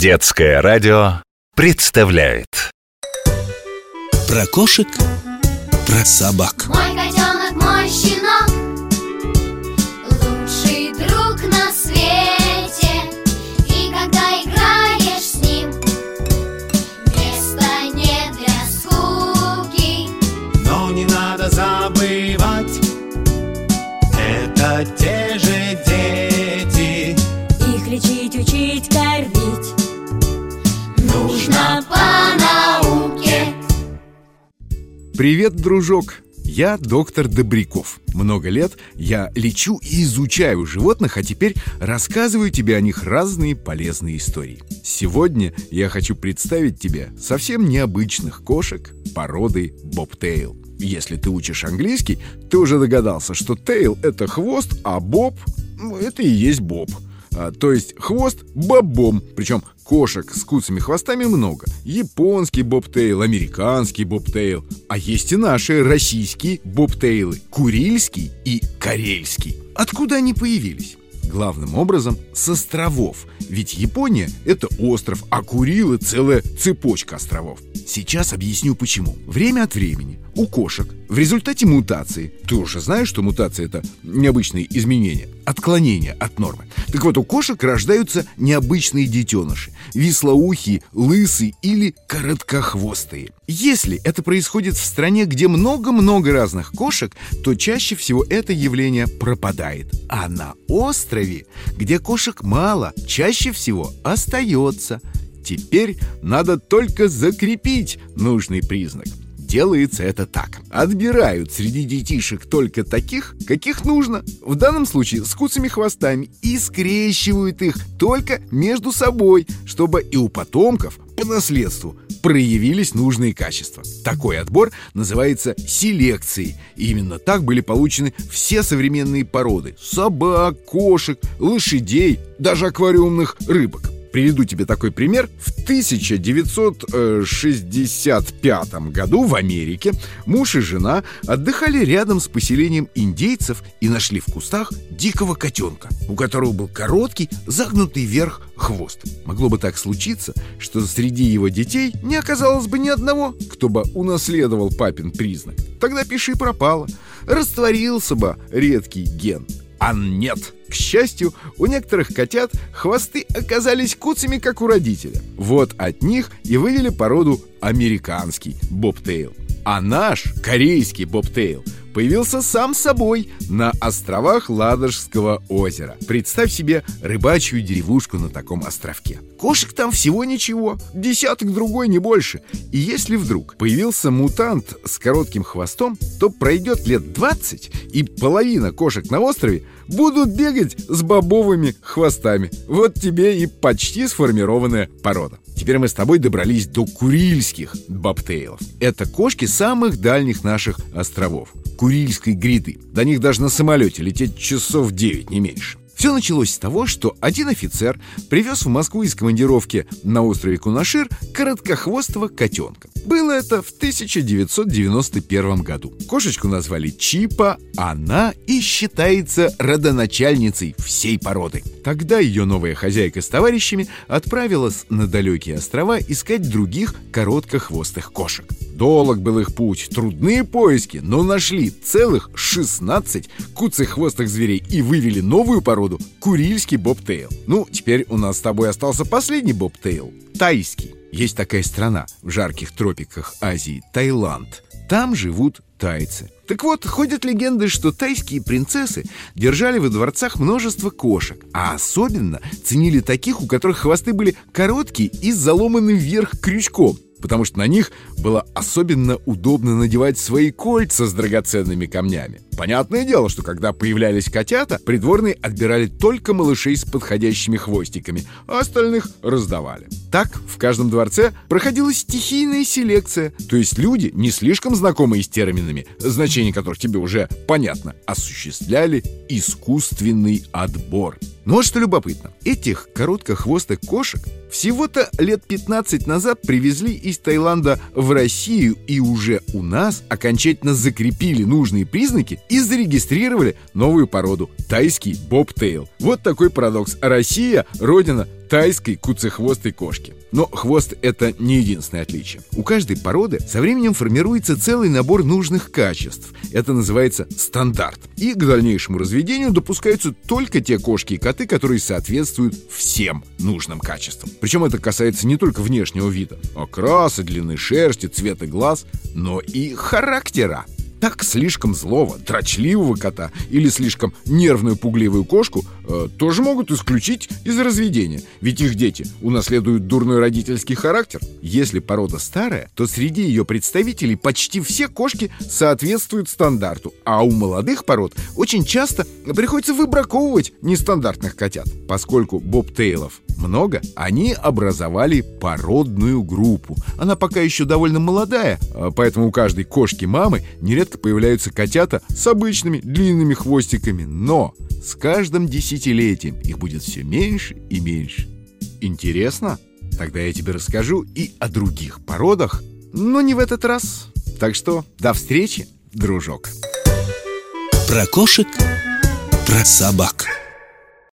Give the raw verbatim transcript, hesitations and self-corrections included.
Детское радио представляет про кошек, про собак. Мой котенок, мой щенок, лучший друг на свете. И когда играешь с ним, места нет для скуки. Но не надо забывать, это те же дети. Их лечить, учить, кормить Нужно по науке. Привет, дружок! Я доктор Добряков. Много лет я лечу и изучаю животных, а теперь рассказываю тебе о них разные полезные истории. Сегодня я хочу представить тебе совсем необычных кошек породы бобтейл. Если ты учишь английский, ты уже догадался, что тейл — это хвост, а боб — это и есть боб. А, то есть хвост бобом. Причем кошек с куцами хвостами много. Японский бобтейл, американский бобтейл. А есть и наши российские бобтейлы: курильский и карельский. Откуда они появились? Главным образом с островов. Ведь Япония — это остров, а Курилы — целая цепочка островов. Сейчас объясню почему. Время от времени у кошек в результате мутации, ты уже знаешь, что мутация — это необычные изменения, отклонения от нормы. Так вот, у кошек рождаются необычные детеныши: вислоухие, лысые или короткохвостые. Если это происходит в стране, где много-много разных кошек, то чаще всего это явление пропадает. А на острове, где кошек мало, чаще всего остается. Теперь надо только закрепить нужный признак. Делается это так: отбирают среди детишек только таких, каких нужно, в данном случае с куцами хвостами, и скрещивают их только между собой, чтобы и у потомков по наследству проявились нужные качества. Такой отбор называется селекцией. И именно так были получены все современные породы: собак, кошек, лошадей, даже аквариумных рыбок. Приведу тебе такой пример. В тысяча девятьсот шестьдесят пятом году в Америке муж и жена отдыхали рядом с поселением индейцев и нашли в кустах дикого котенка, у которого был короткий, загнутый вверх хвост. Могло бы так случиться, что среди его детей не оказалось бы ни одного, кто бы унаследовал папин признак. Тогда пиши пропало. Растворился бы редкий ген. А нет. К счастью, у некоторых котят хвосты оказались куцами, как у родителя. Вот от них и вывели породу американский бобтейл. А наш корейский бобтейл появился сам собой на островах Ладожского озера. Представь себе рыбачью деревушку на таком островке. Кошек там всего ничего, десяток другой, не больше. И если вдруг появился мутант с коротким хвостом, то пройдет лет двадцать, и половина кошек на острове будут бегать с бобовыми хвостами. Вот тебе и почти сформированная порода. Теперь мы с тобой добрались до курильских бобтейлов. Это кошки самых дальних наших островов, Курильской гряды. До них даже на самолете лететь часов девять, не меньше. Все началось с того, что один офицер привез в Москву из командировки на острове Кунашир короткохвостого котенка. Было это в тысяча девятьсот девяносто первом году. Кошечку назвали Чипа, она и считается родоначальницей всей породы. Тогда ее новая хозяйка с товарищами отправилась на далекие острова искать других короткохвостых кошек. Долг был их путь, трудные поиски, но нашли целых шестнадцать куцехвостых зверей и вывели новую породу — курильский бобтейл. Ну, теперь у нас с тобой остался последний бобтейл — тайский. Есть такая страна в жарких тропиках Азии — Таиланд. Там живут тайцы. Так вот, ходят легенды, что тайские принцессы держали во дворцах множество кошек, а особенно ценили таких, у которых хвосты были короткие и с заломанным вверх крючком, потому что на них было особенно удобно надевать свои кольца с драгоценными камнями. Понятное дело, что когда появлялись котята, придворные отбирали только малышей с подходящими хвостиками, а остальных раздавали. Так в каждом дворце проходила стихийная селекция, то есть люди, не слишком знакомые с терминами, значение которых тебе уже понятно, осуществляли искусственный отбор. Но вот что любопытно, этих короткохвостых кошек всего-то лет пятнадцать назад привезли из Таиланда в Россию и уже у нас окончательно закрепили нужные признаки и зарегистрировали новую породу — тайский бобтейл. Вот такой парадокс. Россия — родина тайской куцехвостой кошки. Но хвост — это не единственное отличие. У каждой породы со временем формируется целый набор нужных качеств. Это называется стандарт. И к дальнейшему разведению допускаются только те кошки и коты, которые соответствуют всем нужным качествам. Причем это касается не только внешнего вида, окраса, длины шерсти, цвета глаз, но и характера. Так слишком злого, дрочливого кота или слишком нервную, пугливую кошку э, тоже могут исключить из разведения, ведь их дети унаследуют дурной родительский характер. Если порода старая, то среди ее представителей почти все кошки соответствуют стандарту, а у молодых пород очень часто приходится выбраковывать нестандартных котят. Поскольку бобтейлов много, они образовали породную группу. Она пока еще довольно молодая, поэтому у каждой кошки-мамы нередко появляются котята с обычными длинными хвостиками. Но с каждым десятилетием их будет все меньше и меньше. Интересно? Тогда я тебе расскажу и о других породах, но не в этот раз. Так что до встречи, дружок. Про кошек, про собак.